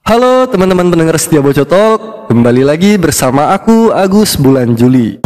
Halo teman-teman pendengar setia Bocotok, kembali lagi bersama aku Agus Bulan Juli.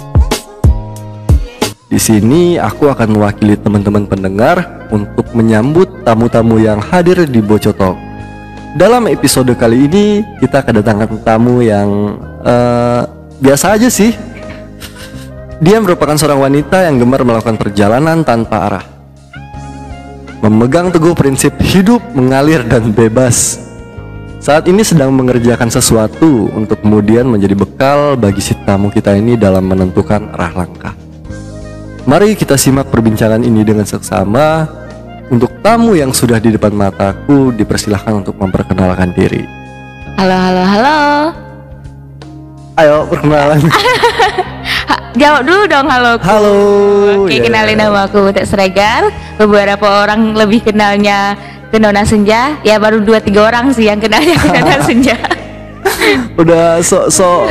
Di sini aku akan mewakili teman-teman pendengar untuk menyambut tamu-tamu yang hadir di Bocotok. Dalam episode kali ini kita kedatangan tamu yang biasa aja sih. Dia merupakan seorang wanita yang gemar melakukan perjalanan tanpa arah, memegang teguh prinsip hidup mengalir dan bebas. Saat ini sedang mengerjakan sesuatu untuk kemudian menjadi bekal bagi si tamu kita ini dalam menentukan arah langkah. Mari kita simak perbincangan ini dengan seksama. Untuk tamu yang sudah di depan mataku, dipersilahkan untuk memperkenalkan diri. Halo. Ayo perkenalan. Jawab dulu dong halo. Halo. Oke, kenalin nama aku Butet Sregar. Beberapa orang lebih kenalnya ke Nona Senja. Ya baru 2-3 orang sih yang kenalnya ke Nona Senja. Udah sok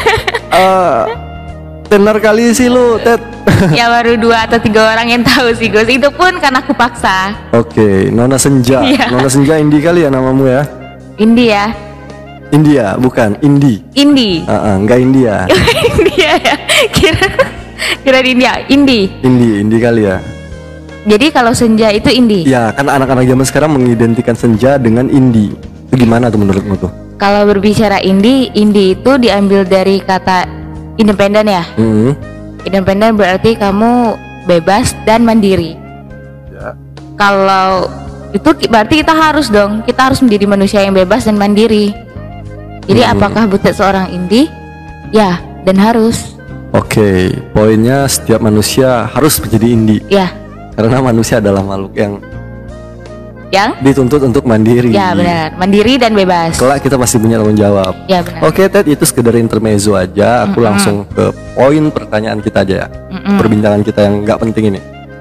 tenar kali sih lu, Ted. Ya baru 2 atau 3 orang yang tahu sih Gus. Itu pun karena aku paksa. Oke, Nona Senja. Iya. Nona Senja Indi kali ya namamu ya? Indi ya. India, bukan Indi. Indi. Enggak India. India ya. Kira di India. Indi kali ya. Jadi kalau senja itu Indi. Ya, kan anak-anak zaman sekarang mengidentikan senja dengan Indi. Itu gimana tuh menurutmu tuh? Kalau berbicara Indi itu diambil dari kata independen ya. Independen berarti kamu bebas dan mandiri. Ya. Kalau itu berarti kita harus menjadi manusia yang bebas dan mandiri. Jadi apakah Butet seorang Indi? Ya, dan harus. Oke, poinnya setiap manusia harus menjadi Indi. Ya. Karena manusia adalah makhluk yang Yang? dituntut untuk mandiri. Ya benar, mandiri dan bebas. Kelak kita pasti punya tanggung jawab. Ya benar. Oke, Ted, itu sekedar intermezzo aja. Aku langsung ke poin pertanyaan kita aja ya. Perbincangan kita yang nggak penting ini.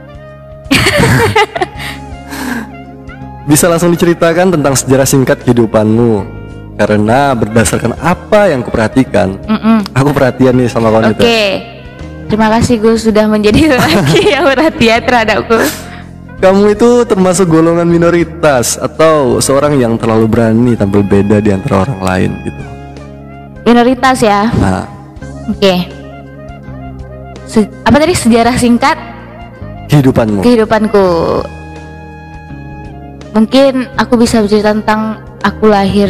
Bisa langsung diceritakan tentang sejarah singkat kehidupanmu? Karena berdasarkan apa yang kuperhatikan, aku perhatian nih sama kawan kita. Oke. Terima kasih Gus sudah menjadi lelaki yang perhatian terhadapku. Kamu itu termasuk golongan minoritas atau seorang yang terlalu berani tampil beda di antara orang lain gitu? Minoritas ya. Nah, Oke. Apa tadi sejarah singkat kehidupanmu. kehidupanku? Mungkin aku bisa bercerita tentang aku lahir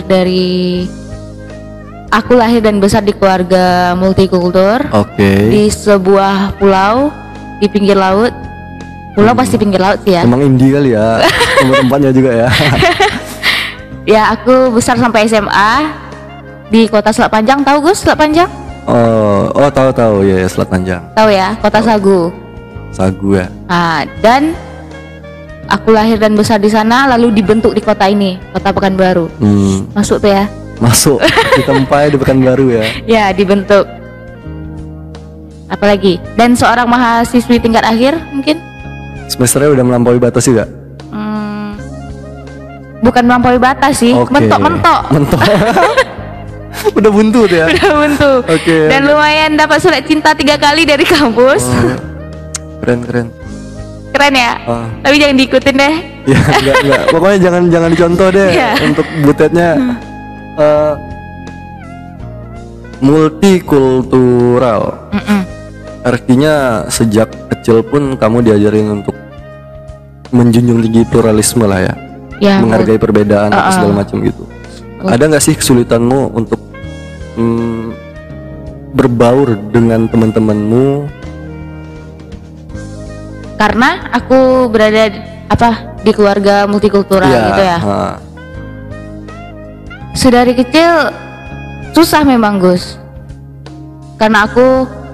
dan besar di keluarga multikultur. Oke. Di sebuah pulau di pinggir laut. Pulau pasti pinggir laut sih ya. Emang Indi kali ya, tempat-tempatnya juga ya. Ya aku besar sampai SMA di kota Selat Panjang. Tahu Gus Selat Panjang? Oh tahu ya, Selat Panjang. Tahu ya, kota Sagu. Sagu ya. Nah, dan aku lahir dan besar di sana, lalu dibentuk di kota ini, kota Pekanbaru. Masuk tuh ya? Masuk di tempat di Pekanbaru ya. Ya, dibentuk. Apalagi? Dan seorang mahasiswi tingkat akhir mungkin? Semesternya udah melampaui batas juga? Bukan melampaui batas sih, Oke. mentok. Udah buntu tuh ya. Udah buntu. Oke. Dan lumayan dapat surat cinta 3 kali dari kampus. Keren. Keren ya? Tapi jangan diikutin deh. Ya enggak. Pokoknya jangan dicontoh deh. Iya. Untuk butetnya multikultural. Artinya sejak kecil pun kamu diajarin untuk menjunjung tinggi pluralisme lah ya. Ya, menghargai perbedaan atau segala macam gitu. Ada nggak sih kesulitanmu untuk berbaur dengan teman-temanmu? karena aku berada di keluarga multikultural gitu ya. Sedari kecil susah memang Gus, karena aku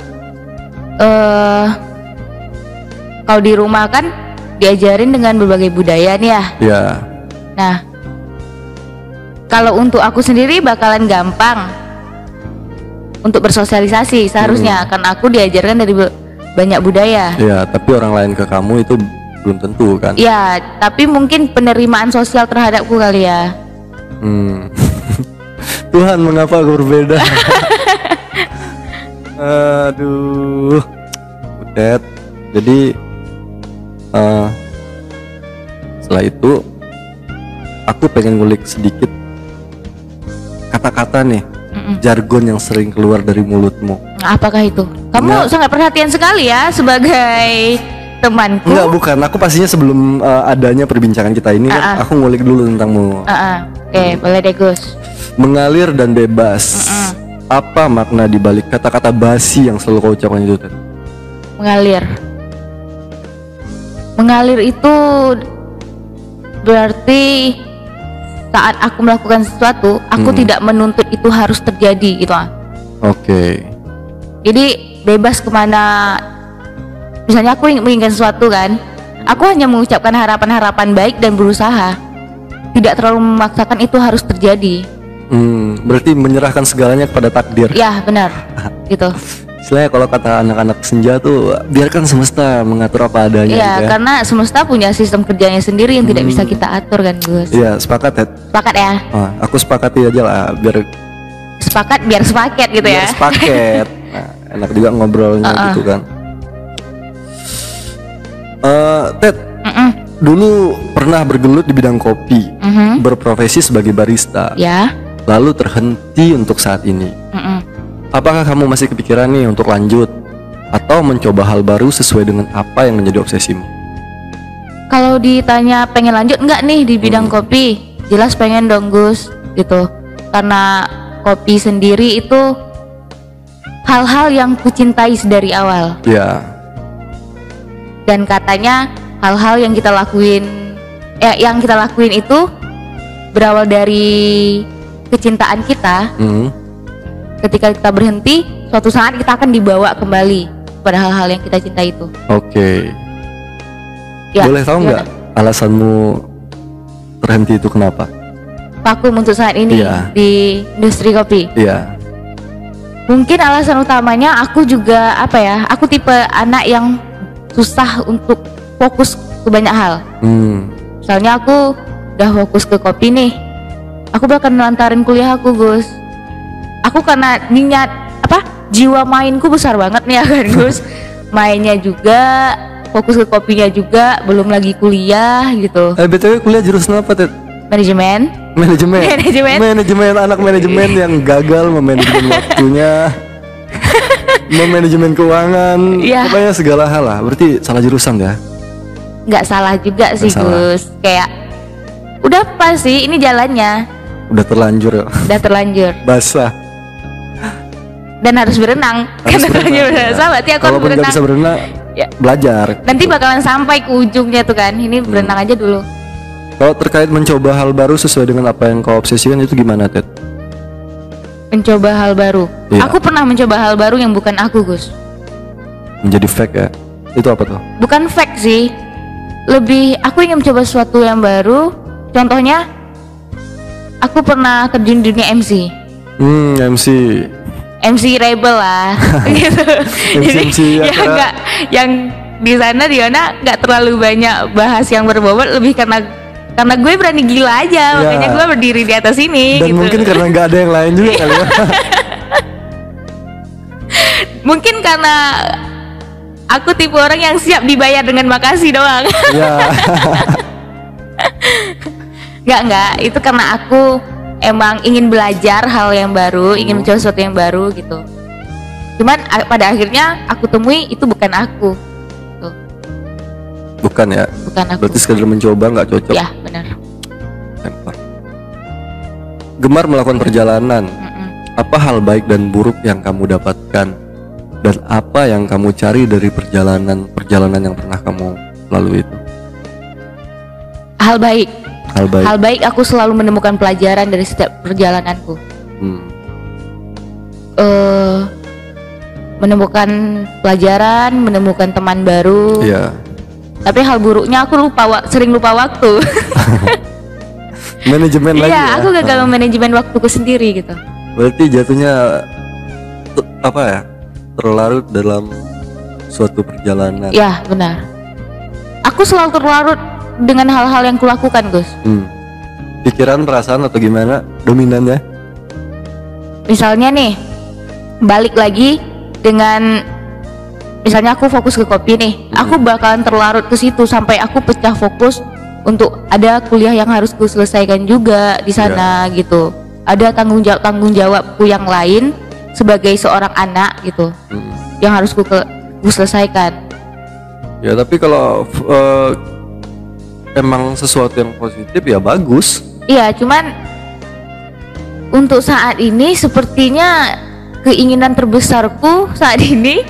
kalau di rumah kan diajarin dengan berbagai budaya nih ya. Ya. Nah, kalau untuk aku sendiri bakalan gampang untuk bersosialisasi seharusnya, karena aku diajarkan dari banyak budaya. Ya, tapi orang lain ke kamu itu belum tentu kan? Ya, tapi mungkin penerimaan sosial terhadapku kali ya. Tuhan, mengapa aku berbeda? Aduh, Butet. Jadi setelah itu aku pengen ngulik sedikit kata-kata nih, jargon yang sering keluar dari mulutmu. Nah, apakah itu? Kamu sangat perhatian sekali ya sebagai temanku. Enggak, bukan. Aku pastinya sebelum adanya perbincangan kita ini kan, aku ngulik dulu tentangmu. Oke, boleh deh Gus. Mengalir dan bebas. Apa makna dibalik kata-kata basi yang selalu kau ucapkan itu? Mengalir. Mengalir itu berarti saat aku melakukan sesuatu, aku tidak menuntut itu harus terjadi gitu. Oke. Jadi bebas kemana. Misalnya aku menginginkan sesuatu kan, aku hanya mengucapkan harapan-harapan baik dan berusaha. Tidak terlalu memaksakan itu harus terjadi. Berarti menyerahkan segalanya kepada takdir. Ya benar, gitu. Istilahnya kalau kata anak-anak senja tuh, biarkan semesta mengatur apa adanya. Iya, gitu ya. karena semesta punya sistem kerjanya sendiri yang tidak bisa kita atur kan Gus. Iya, sepakat ya. Sepakat ya? Aku sepakati aja lah, biar Sepakat biar sepaket gitu biar ya. sepaket. Nah, enak juga ngobrolnya gitu kan. Ted, dulu pernah bergelut di bidang kopi, berprofesi sebagai barista. Ya. Lalu terhenti untuk saat ini. Apakah kamu masih kepikiran nih untuk lanjut atau mencoba hal baru sesuai dengan apa yang menjadi obsesimu? Kalau ditanya pengen lanjut enggak nih di bidang kopi, jelas pengen dong Gus, gitu. Karena kopi sendiri itu hal-hal yang kucintai dari awal. Ya. Dan katanya hal-hal yang kita lakuin, itu berawal dari kecintaan kita. Ketika kita berhenti, suatu saat kita akan dibawa kembali pada hal-hal yang kita cintai itu. Oke. Ya, boleh tahu nggak alasanmu terhenti itu kenapa? Vakum untuk saat ini di industri kopi. Iya. Mungkin alasan utamanya aku juga aku tipe anak yang susah untuk fokus ke banyak hal. Misalnya aku udah fokus ke kopi nih, aku bakal melantarin kuliah aku Gus. Aku karena jiwa mainku besar banget nih ya kan Gus. Mainnya juga, fokus ke kopinya juga, belum lagi kuliah gitu. BTW kuliah jurusan apa Ted? Manajemen. Manajemen, anak manajemen yang gagal memanajemen waktunya, memanajemen keuangan, pokoknya segala hal lah. Berarti salah jurusan ya? Nggak salah juga sih Gus. Kayak udah pas sih ini jalannya. Udah terlanjur. Basah. Dan harus berenang. Kalaupun nggak bisa berenang, belajar. Nanti bakalan sampai ke ujungnya tuh kan. Ini berenang aja dulu. Kalau terkait mencoba hal baru sesuai dengan apa yang kau obsesikan itu gimana Ted? Mencoba hal baru. Aku pernah mencoba hal baru yang bukan aku Gus. Menjadi fake ya? Itu apa tuh? Bukan fake sih. Lebih aku ingin mencoba sesuatu yang baru. Contohnya, aku pernah terjun di dunia MC. MC rebel lah. Gitu. MC yang di sana nggak terlalu banyak bahas yang berbobot, lebih karena gue berani gila aja, makanya gue berdiri di atas ini. Dan gitu. Mungkin karena nggak ada yang lain juga kali ya. Mungkin karena aku tipe orang yang siap dibayar dengan makasih doang. Enggak, itu karena aku emang ingin belajar hal yang baru, ingin mencoba sesuatu yang baru gitu. Cuman pada akhirnya aku temui itu bukan aku. Tuh. Bukan ya? Bukan aku. Berarti sekedar mencoba nggak cocok. Ya benar. Gemar melakukan perjalanan. Apa hal baik dan buruk yang kamu dapatkan? Dan apa yang kamu cari dari perjalanan yang pernah kamu lalui itu? Hal baik aku selalu menemukan pelajaran dari setiap perjalananku. Menemukan pelajaran, menemukan teman baru. Tapi hal buruknya aku sering lupa waktu. Manajemen lagi ya? Aku gagal manajemen waktuku sendiri gitu. Berarti jatuhnya terlarut dalam suatu perjalanan. Ya benar. Aku selalu terlarut dengan hal-hal yang kulakukan Gus. Pikiran, perasaan atau gimana dominannya? Misalnya nih, balik lagi dengan misalnya aku fokus ke kopi nih, aku bakalan terlarut ke situ sampai aku pecah fokus untuk ada kuliah yang harus ku selesaikan juga di sana gitu. ada tanggung jawabku yang lain sebagai seorang anak gitu, yang harus ku selesaikan. Ya tapi kalau emang sesuatu yang positif ya bagus. Iya, cuman untuk saat ini sepertinya keinginan terbesarku saat ini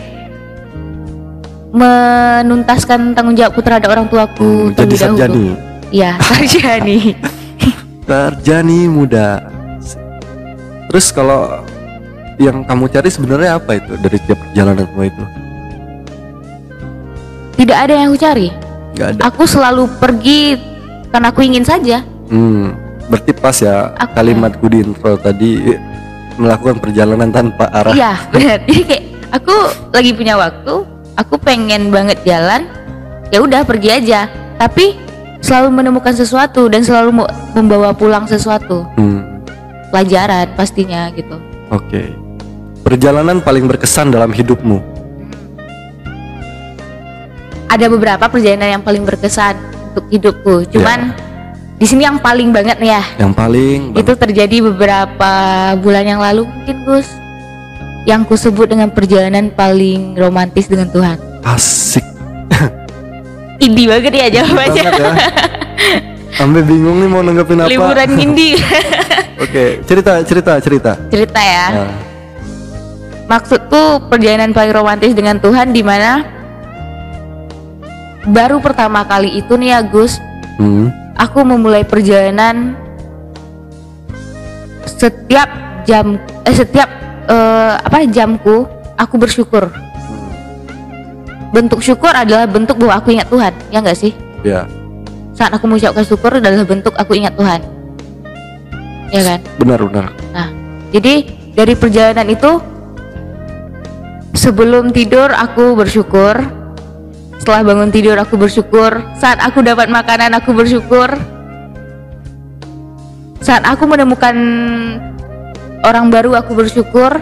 menuntaskan tanggung jawabku terhadap orang tuaku jadi sarjani. Iya, sarjani. Sarjani muda. Terus kalau yang kamu cari sebenarnya apa itu dari tiap perjalananmu itu? Tidak ada yang aku cari. Gak ada. Aku selalu pergi karena aku ingin saja. Berarti pas ya kalimatku di intro tadi, melakukan perjalanan tanpa arah. Iya, benar. Jadi kayak aku lagi punya waktu, aku pengen banget jalan, ya udah pergi aja. Tapi selalu menemukan sesuatu dan selalu membawa pulang sesuatu. Pelajaran pastinya gitu. Oke. Perjalanan paling berkesan dalam hidupmu? Ada beberapa perjalanan yang paling berkesan untuk hidupku. Cuman di sini yang paling banget nih ya. Yang paling itu terjadi beberapa bulan yang lalu mungkin, Gus. Yang ku sebut dengan perjalanan paling romantis dengan Tuhan. Asik. Indie banget ya jawabannya. Ya. Sampai bingung nih mau nanggepin apa. Liburan indie. Oke, cerita. Cerita ya. Maksudku perjalanan paling romantis dengan Tuhan di mana baru pertama kali itu nih ya, Gus. Aku memulai perjalanan setiap jamku aku bersyukur. Bentuk syukur adalah bentuk bahwa aku ingat Tuhan, ya enggak sih? Ya. Saat aku mengucapkan syukur adalah bentuk aku ingat Tuhan. Ya kan? Benar. Nah, jadi dari perjalanan itu sebelum tidur aku bersyukur. Setelah bangun tidur aku bersyukur. Saat aku dapat makanan aku bersyukur. Saat aku menemukan orang baru aku bersyukur.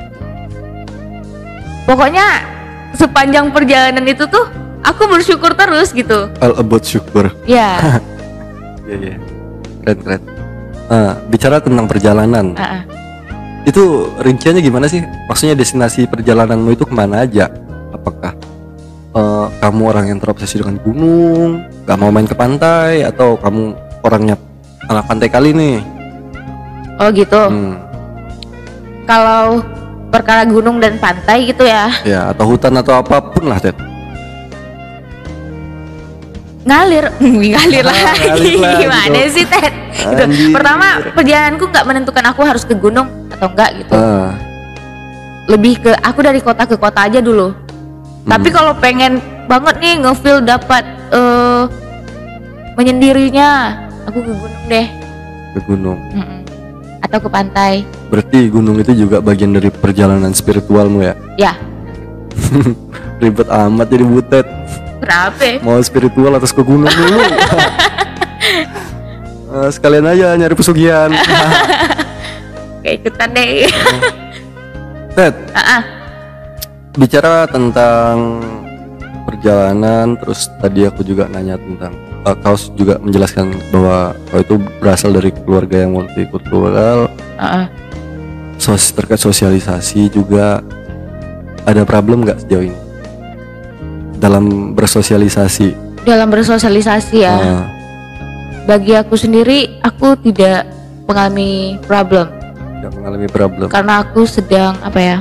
Pokoknya sepanjang perjalanan itu tuh aku bersyukur terus gitu. All about syukur. Ya. Iya. Keren. Bicara tentang perjalanan. Itu rinciannya gimana sih? Maksudnya destinasi perjalananmu itu kemana aja? Apakah kamu orang yang terobsesi dengan gunung, gak mau main ke pantai, atau kamu orangnya anak pantai kali nih? Oh gitu. Kalau perkara gunung dan pantai gitu ya? Ya, atau hutan atau apapun lah, Ted. Ngalir lagi. Gimana sih, Ted? Gitu. Pertama, perjalananku nggak menentukan aku harus ke gunung atau enggak gitu. Lebih ke aku dari kota ke kota aja dulu. Tapi kalau pengen banget nih nge-feel dapat menyendirinya, aku ke gunung deh. Ke gunung. Atau ke pantai. Berarti gunung itu juga bagian dari perjalanan spiritualmu ya? Ya. Ribet amat jadi butet. Kenapa? Mau spiritual atas ke gunung dulu. Sekalian aja nyari pesugihan. Kayak ikutan deh. Ted, bicara tentang perjalanan, terus tadi aku juga nanya tentang kau juga menjelaskan bahwa kau itu berasal dari keluarga yang multikultural. Terkait sosialisasi juga ada problem nggak sejauh ini dalam bersosialisasi? Dalam bersosialisasi ya. Bagi aku sendiri, aku tidak mengalami problem. Tidak mengalami problem. Karena aku sedang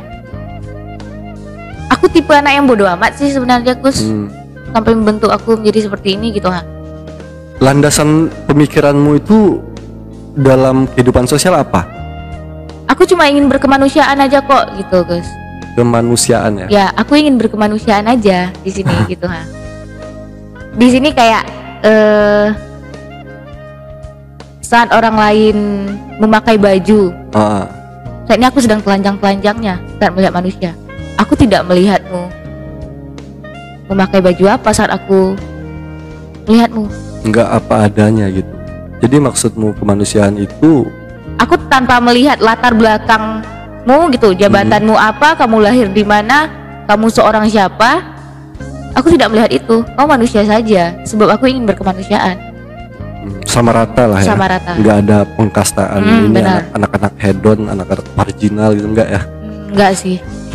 aku tipe anak yang bodoh amat sih sebenarnya, Gus. Sampai membentuk aku menjadi seperti ini gitu, Landasan pemikiranmu itu dalam kehidupan sosial apa? Aku cuma ingin berkemanusiaan aja kok gitu, Gus. Kemanusiaan ya? Ya, aku ingin berkemanusiaan aja di sini gitu, Di sini kayak saat orang lain memakai baju, saat ini aku sedang telanjang-telanjangnya saat melihat manusia. Aku tidak melihatmu memakai baju apa saat aku melihatmu. Enggak apa adanya gitu. Jadi maksudmu kemanusiaan itu? Aku tanpa melihat latar belakangmu gitu, jabatanmu apa, kamu lahir di mana, kamu seorang siapa. Aku tidak melihat itu. Kau manusia saja, sebab aku ingin berkemanusiaan. Sama rata lah ya. Sama rata. Nggak ada pengkastaan ini benar. anak-anak hedon, anak-anak marginal gitu, enggak ya? Enggak sih.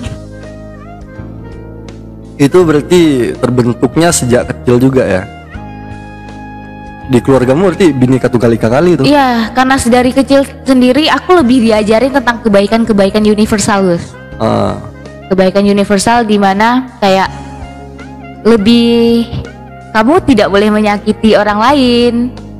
Itu berarti terbentuknya sejak kecil juga ya? Di keluargamu berarti Bhinneka Tunggal Ika kali itu? Iya, karena dari kecil sendiri aku lebih diajarin tentang kebaikan-kebaikan universal, Gus. Kebaikan universal di mana kayak lebih kamu tidak boleh menyakiti orang lain.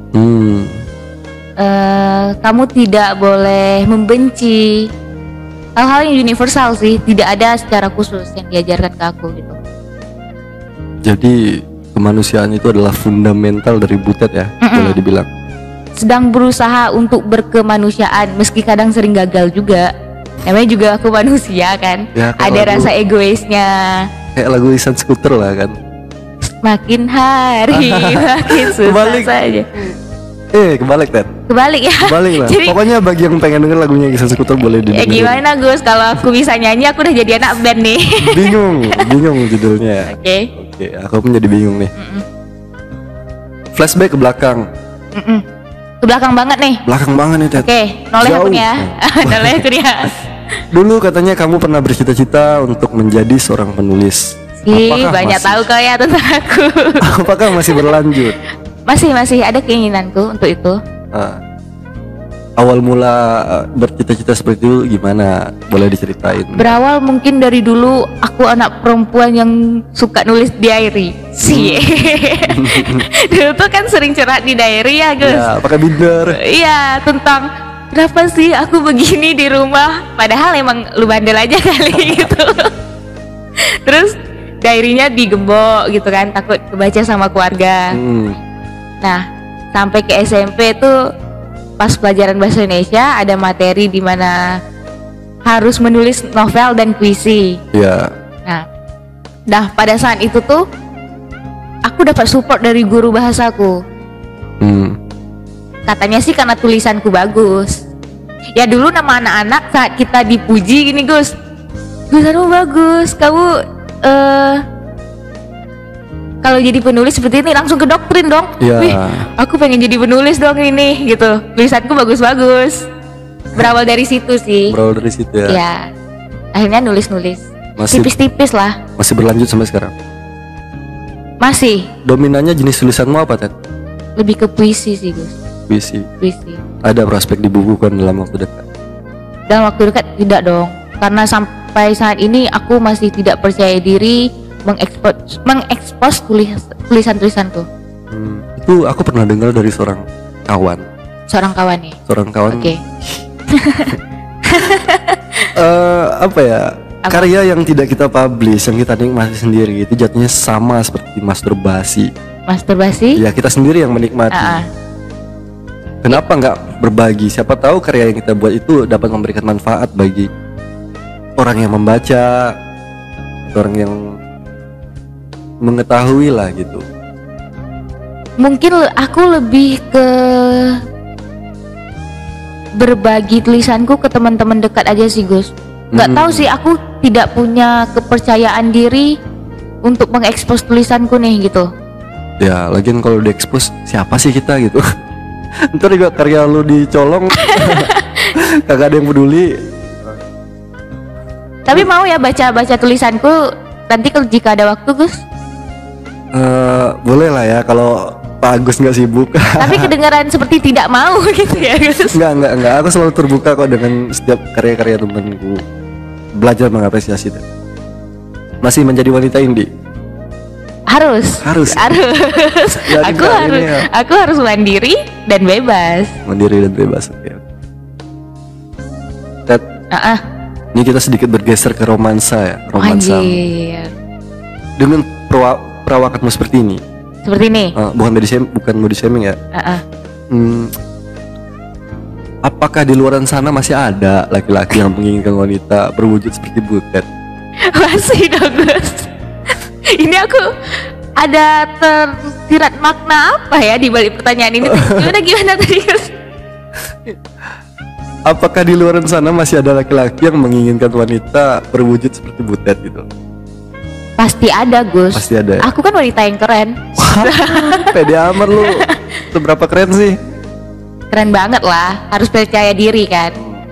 Kamu tidak boleh membenci. Hal-hal yang universal sih, tidak ada secara khusus yang diajarkan ke aku gitu. Jadi kemanusiaan itu adalah fundamental dari Butet ya, boleh dibilang. Sedang berusaha untuk berkemanusiaan meski kadang sering gagal juga. Namanya juga aku manusia kan. Ya, ada rasa egoisnya. Kayak lagu Lisan Skuter lah kan. Makin hari makin susah Kebalik. saja. Kebalik Ted. Kebalik ya. Kebalik lah. Jadi, pokoknya bagi yang pengen denger lagunya Lisan Skuter boleh ya didengerin. gimana Gus, kalau aku bisa nyanyi aku udah jadi anak band nih. bingung judulnya. Oke, aku pun jadi bingung nih. Flashback ke belakang. Ke belakang banget nih. Belakang banget nih Ted. Oke, noleh Jauh. akun ya. Noleh akun ya. Dulu katanya kamu pernah bercita-cita untuk menjadi seorang penulis. Banyak tahu kau ya tentang aku. Apakah masih berlanjut? Masih ada keinginanku untuk itu. Awal mula bercita-cita seperti itu gimana? Boleh diceritain? Berawal mungkin dari dulu aku anak perempuan yang suka nulis diary. Dulu tuh kan sering curhat di diary ya Gus. Ya, pakai binder. Iya, tentang kenapa sih aku begini di rumah, padahal emang lu bandel aja kali gitu. Terus diary-nya digembok gitu kan, takut kebaca sama keluarga. Nah, sampai ke SMP tuh pas pelajaran bahasa Indonesia ada materi di mana harus menulis novel dan puisi. Iya. Nah, pada saat itu tuh aku dapat support dari guru bahasaku. Katanya sih karena tulisanku bagus. Ya dulu nama anak-anak saat kita dipuji gini Gus, tulisanmu bagus, kamu kalau jadi penulis seperti ini langsung ke doktrin dong. Wih, aku pengen jadi penulis dong ini gitu. Tulisanku bagus-bagus. Berawal dari situ sih. Berawal dari situ ya. Ya. Akhirnya nulis-nulis. Tipis-tipis lah. Masih berlanjut sampai sekarang? Masih. Dominannya jenis tulisanmu apa, Ted? Lebih ke puisi sih, Gus. Puisi. Ada prospek dibukukan dalam waktu dekat? Dalam waktu dekat tidak dong. Karena sampai saat ini aku masih tidak percaya diri mengekspos tulisan-tulisanku. Itu aku pernah dengar dari seorang kawan. Seorang kawan nih. Oke. Apa ya? Karya yang tidak kita publish, yang kita nikmati sendiri itu jatuhnya sama seperti masturbasi. Masturbasi? Ya, kita sendiri yang menikmati. Kenapa nggak berbagi? Siapa tahu karya yang kita buat itu dapat memberikan manfaat bagi orang yang membaca, orang yang mengetahui lah gitu. Mungkin aku lebih ke berbagi tulisanku ke teman-teman dekat aja sih Gus. Nggak tahu sih, aku tidak punya kepercayaan diri untuk mengekspos tulisanku nih gitu. Ya, lagian kalau diekspos siapa sih kita gitu. Ntar juga karya lu dicolong, kagak ada yang peduli. Tapi mau ya baca tulisanku nanti kalau jika ada waktu Gus? Boleh lah ya kalau Pak Agus nggak sibuk. Tapi kedengaran seperti tidak mau gitu ya Gus? Enggak. Aku selalu terbuka kok dengan setiap karya-karya temanku. Belajar mengapresiasi itu. Masih menjadi wanita indie? Harus. Aku harus mandiri dan bebas. Oke. Ted. Ini kita sedikit bergeser ke romansa ya. Anjir. Dengan perawakanmu seperti ini. Bukan body shaming ya. Apakah di luaran sana masih ada laki-laki yang menginginkan wanita berwujud seperti Butet? Masih dong Gus. Ini aku ada tersirat makna apa ya di balik pertanyaan ini? Gimana tadi Gus? Apakah di luaran sana masih ada laki-laki yang menginginkan wanita berwujud seperti Butet gitu? Pasti ada Gus. Pasti ada ya? Aku kan wanita yang keren. Pede amat lu. Seberapa keren sih? Keren banget lah, harus percaya diri kan.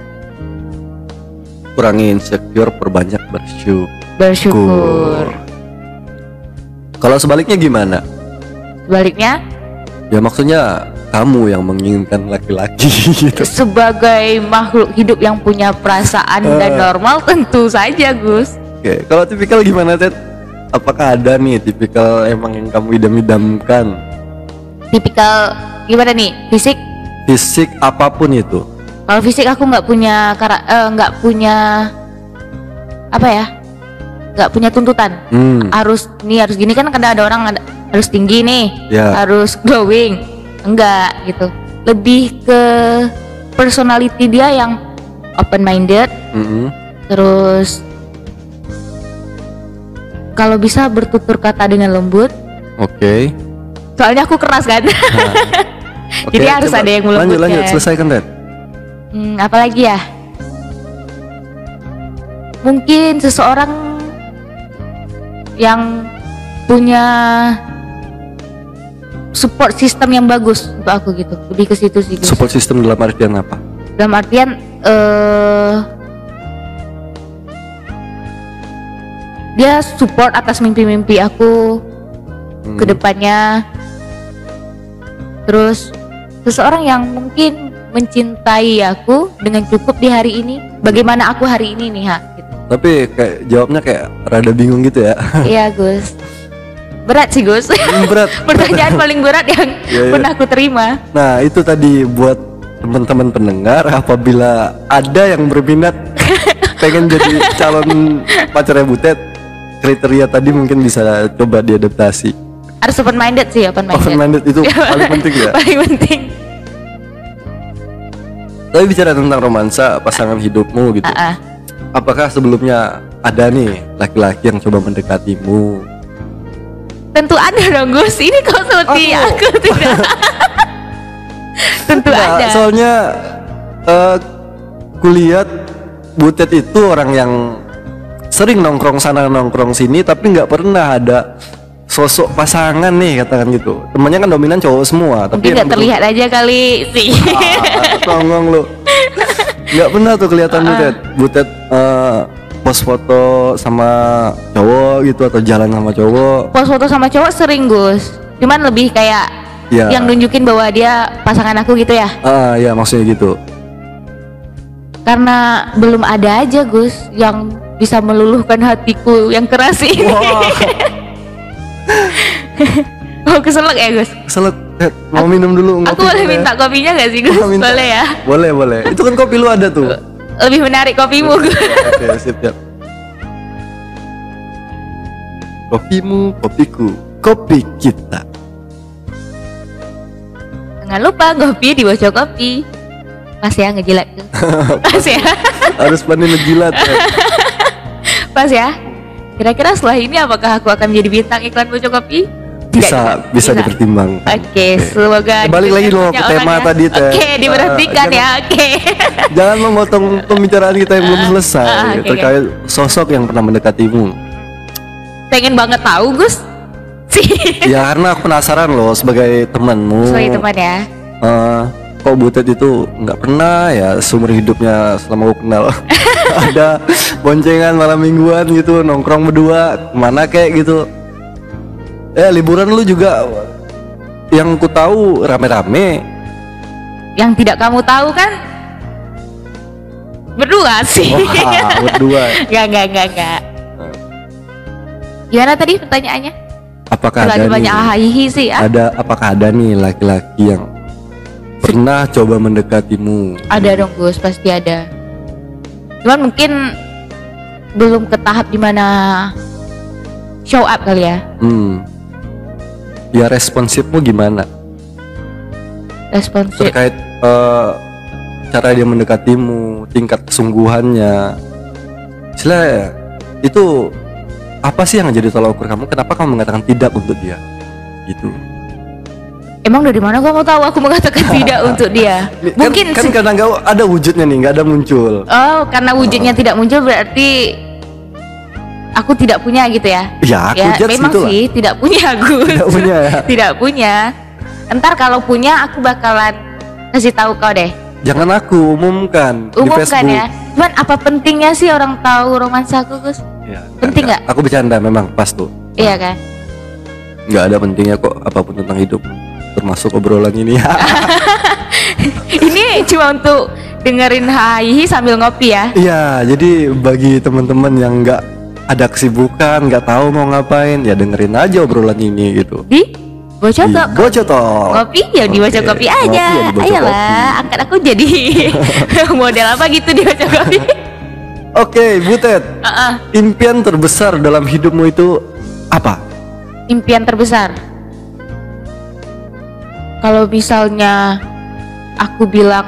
Kurangi insecure, perbanyak Bersyukur. Kalau sebaliknya gimana? Sebaliknya, Ya maksudnya kamu yang menginginkan laki-laki gitu. sebagai makhluk hidup yang punya perasaan dan normal, tentu saja Gus. Oke, kalau tipikal gimana Ted? Apakah ada nih tipikal emang yang kamu idam-idamkan? Tipikal gimana nih? Fisik? Fisik apapun itu. Kalau fisik aku nggak punya nggak punya apa ya? Nggak punya tuntutan. Harus gini kan, kadang ada orang harus tinggi nih, Ya. harus glowing. Enggak gitu. Lebih ke personality dia yang open minded. Terus kalau bisa bertutur kata dengan lembut. Oke. Soalnya aku keras kan. Oke, Jadi harus coba ada yang melembutkan. Lanjut, selesaikan Ted. Apalagi ya? Mungkin seseorang yang punya support system yang bagus untuk aku gitu. Lebih ke situ sih Gus. Support system dalam artian apa? Dalam artian dia support atas mimpi-mimpi aku ke depannya. Terus seseorang yang mungkin mencintai aku dengan cukup di hari ini. Bagaimana aku hari ini nih, gitu. Tapi kayak jawabnya kayak rada bingung gitu ya. Iya Gus. Berat sih Gus. Berat. Pertanyaan paling berat yang pernah aku terima. Nah itu tadi buat teman-teman pendengar, apabila ada yang berminat pengen jadi calon pacarnya Butet, kriteria tadi mungkin bisa coba diadaptasi. Harus open minded sih, open minded itu paling penting ya. Paling penting. Tapi bicara tentang romansa pasangan hidupmu gitu, apakah sebelumnya ada nih laki-laki yang coba mendekatimu? Tentu ada dong Gus. Ini kok seperti aku tidak. Tentu ada. Soalnya kulihat Butet itu orang yang sering nongkrong sana nongkrong sini, tapi nggak pernah ada sosok pasangan nih, katakan gitu. Temannya kan dominan cowok semua. Mungkin nggak terlihat aja kali sih. Tongong lu. Nggak pernah tuh kelihatan Butet post foto sama cowok gitu atau jalan sama cowok. Post foto sama cowok sering Gus. Cuman lebih kayak yang nunjukin bahwa dia pasangan aku gitu ya. Ya maksudnya gitu. Karena belum ada aja Gus yang bisa meluluhkan hatiku yang keras sih. Oh keselak ya Gus? Keselak. Mau minum dulu? Aku boleh minta kopinya gak sih Gus? Boleh ya? Boleh. Itu kan kopi lu ada tuh. Lebih menarik kopimu Gus. Oke, sip. Kopimu, kopiku, kopi kita. Jangan lupa kopi di Bocok Kopi. Pas ya ngejilat tuh. Pas ya. Harus pandai ngejilat ya. Pas ya. Kira-kira setelah ini apakah aku akan menjadi bintang iklan Bocok Kopi? Bisa dipertimbangkan. Oke, semoga balik lagi loh ke tema tadi Teh. Oke, diberhentikan ya. Oke. Jangan memotong pembicaraan kita yang belum selesai terkait sosok yang pernah mendekatimu. Pengen banget tahu Gus. Ya karena aku penasaran loh sebagai temanmu. Sebagai teman ya. Kok Butet itu nggak pernah ya seumur hidupnya selama aku kenal ada boncengan malam mingguan gitu, nongkrong berdua kemana kayak gitu. Liburan lu juga yang ku tahu rame-rame. Yang tidak kamu tahu kan berdua sih. Berdua. Enggak. Gimana tadi pertanyaannya? Apakah ada banyak hahihi sih? Apakah ada nih laki-laki yang pernah coba mendekatimu? Ada dong Gus, pasti ada. Cuman mungkin belum ke tahap dimana show up kali ya. Ya responsifmu gimana? Responsif terkait cara dia mendekatimu, tingkat kesungguhannya. Istilahnya itu apa sih yang jadi tolak ukur kamu? Kenapa kamu mengatakan tidak untuk dia? Gitu. Emang dari mana kamu tahu aku mengatakan tidak untuk dia? Mungkin kan karena nggak ada wujudnya nih, nggak ada muncul. Oh, karena wujudnya tidak muncul berarti aku tidak punya gitu ya? Ya, aku memang gitu sih lah. tidak punya Gus. Tidak punya ya? Tidak punya. Ntar kalau punya aku bakalan kasih tahu kau deh. Jangan aku umumkan di Umumkan Facebook. ya. Cuman apa pentingnya sih orang tahu romansa aku, Gus? Ya, Penting nggak? Aku bercanda, memang pas tuh. Iya kan? Nggak ada pentingnya kok apapun tentang hidup, termasuk obrolan ini. Ini cuma untuk dengerin hihi sambil ngopi ya. Iya, jadi bagi teman-teman yang nggak ada kesibukan, nggak tahu mau ngapain, ya dengerin aja obrolan ini gitu. Di Bocotok. Bocotok. Ngopi ya di Oke, Bocokopi ngopi aja. ya di Bocokopi. Ayolah, angkat aku jadi model apa gitu di Bocokopi. Oke, Butet. Impian terbesar dalam hidupmu itu apa? Impian terbesar. Kalau misalnya aku bilang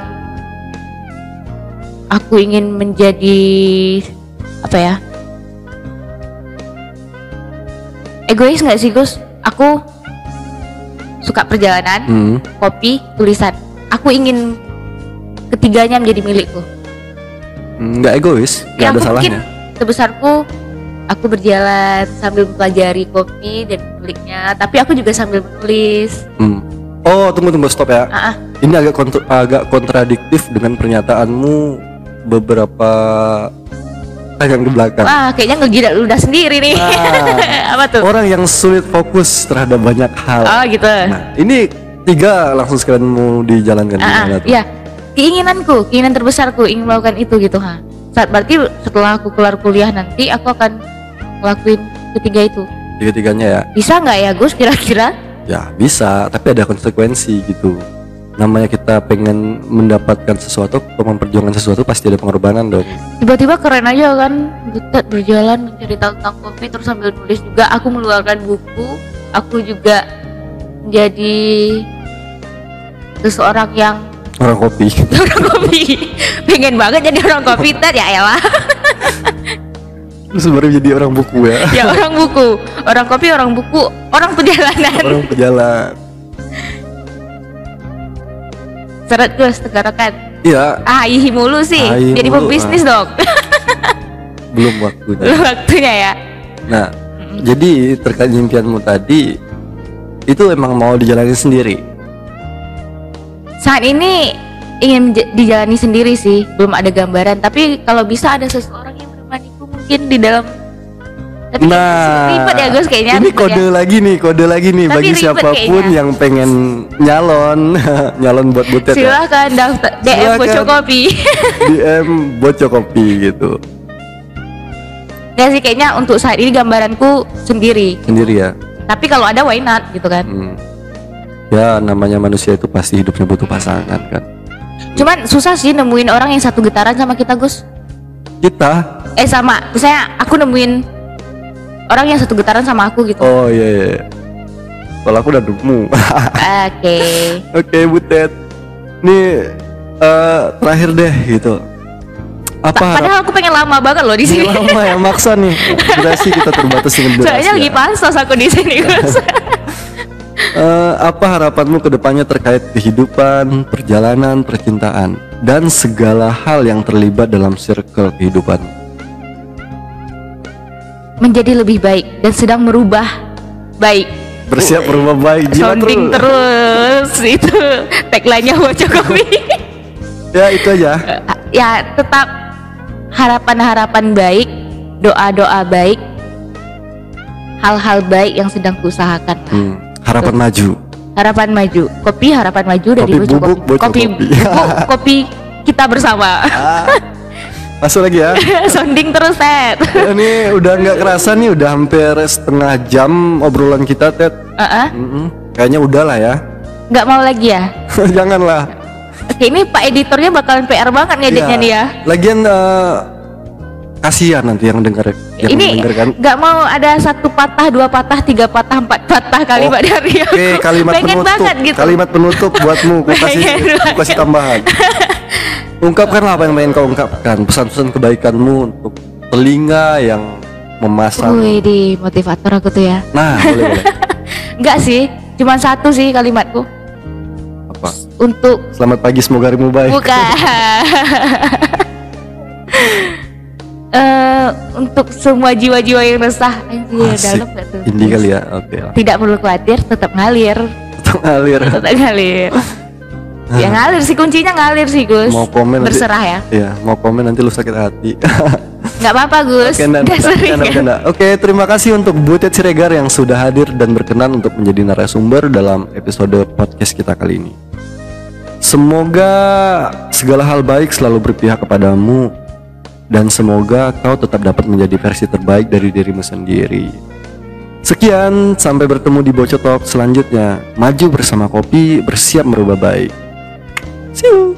aku ingin menjadi apa ya? Egois nggak sih, Gus? Aku suka perjalanan, kopi, tulisan. Aku ingin ketiganya menjadi milikku. Nggak egois, nggak ada salahnya. Mungkin terbesarku aku berjalan sambil mempelajari kopi dan miliknya, tapi aku juga sambil menulis. Oh, tunggu stop ya. Ini agak kontradiktif dengan pernyataanmu beberapa tangan ke belakang. Wah, kayaknya ngegidat ludah sendiri nih. Apa tuh? Orang yang sulit fokus terhadap banyak hal. Oh gitu. Nah, ini 3 langsung sekalian mau dijalankan gimana tuh? Iya, keinginan terbesarku ingin melakukan itu gitu berarti setelah aku kelar kuliah nanti aku akan ngelakuin ketiga itu. Tiga-tiganya ya? Bisa nggak ya, Gus, kira-kira? Ya bisa, tapi ada konsekuensi gitu. Namanya kita pengen mendapatkan sesuatu atau memperjuangkan sesuatu, pasti ada pengorbanan dong. Tiba-tiba keren aja kan, Butet berjalan mencari tahu tentang kopi terus sambil nulis juga. Aku mengeluarkan buku, aku juga menjadi seseorang yang orang kopi. Orang kopi. Pengen banget jadi orang kopi, Ted, ya elah. Terus baru jadi orang buku ya. Ya orang buku, orang kopi, orang buku, orang perjalanan. Orang pejalan. Seret, Gus, tenggorokan. Iya. Ihi mulu sih. Jadi pebisnis dong. Belum waktunya. Belum waktunya ya. Nah, jadi terkait impianmu tadi, itu emang mau dijalani sendiri? Saat ini ingin dijalani sendiri sih, belum ada gambaran. Tapi kalau bisa ada seseorang yang menemaniku mungkin di dalam. Tapi ribet ya, Gus, kayaknya. Ini kode lagi nih Tapi bagi siapapun kayaknya. yang pengen nyalon buat Butet. Silahkan daftar DM Bocokopi. DM Bocokopi gitu. Gak sih, kayaknya untuk saat ini gambaranku sendiri ya. Tapi kalau ada why not gitu kan. Ya namanya manusia itu pasti hidupnya butuh pasangan kan. Cuman susah sih nemuin orang yang satu getaran sama kita, Gus. Kita? Sama, misalnya aku nemuin orang yang satu getaran sama aku gitu. Oh iya. Kalau aku udah nemu. Oke, Butet. Nih terakhir deh gitu. Padahal aku pengen lama banget loh di sini. Lama ya, maksa nih. Durasi kita terbatas dengan durasi. Soalnya lagi pansos aku di sini, Gus. Apa harapanmu ke depannya terkait kehidupan, perjalanan, percintaan, dan segala hal yang terlibat dalam circle kehidupan? Menjadi lebih baik dan sedang merubah baik. Bersiap berubah baik. Sounding terus itu tagline-nya Bocokopi. Ya itu aja. Ya tetap harapan-harapan baik, doa-doa baik, hal-hal baik yang sedang kuusahakan. Harapan maju. Harapan maju. Kopi harapan maju dari Bocokopi. Kopi bubuk, kopi kita bersama. Masuk lagi ya. Sounding terus, Ted. Ini udah nggak kerasa nih, udah hampir setengah jam obrolan kita, Ted. Kayaknya udah lah ya. Nggak mau lagi ya? Janganlah. Oke, ini Pak Editornya bakalan PR banget ngeditnya nih ya. Lagian kasihan nanti yang dengar, ini nggak mau ada 1 patah, 2 patah, 3 patah, 4 patah kalimat dari aku. Oke, kalimat penutup. Gitu. Kalimat penutup buatmu. Aku kasih tambahan. Ungkapkanlah apa yang ingin kau ungkapkan. Pesan-pesan kebaikanmu untuk telinga yang memasang. Wih, di motivator aku tuh ya. Nah, boleh. Enggak sih, cuma 1 sih kalimatku. Apa? Untuk selamat pagi, semoga harimu baik. Bukan. Untuk semua jiwa-jiwa yang resah, anjir, dalam gak tuh? Ini kali ya, oke. Tidak perlu khawatir, tetap ngalir. ngalir. Tetap ngalir. Ya ngalir sih, kuncinya ngalir sih Gus. Mau komen berserah nanti, ya. Iya, mau komen nanti lu sakit hati. Nggak apa-apa Gus. Udah sering ya. Oke, terima kasih untuk Butet Siregar yang sudah hadir dan berkenan untuk menjadi narasumber dalam episode podcast kita kali ini. Semoga segala hal baik selalu berpihak kepadamu dan semoga kau tetap dapat menjadi versi terbaik dari dirimu sendiri. Sekian, sampai bertemu di Bocotalk selanjutnya. Maju bersama kopi, bersiap merubah baik. See you.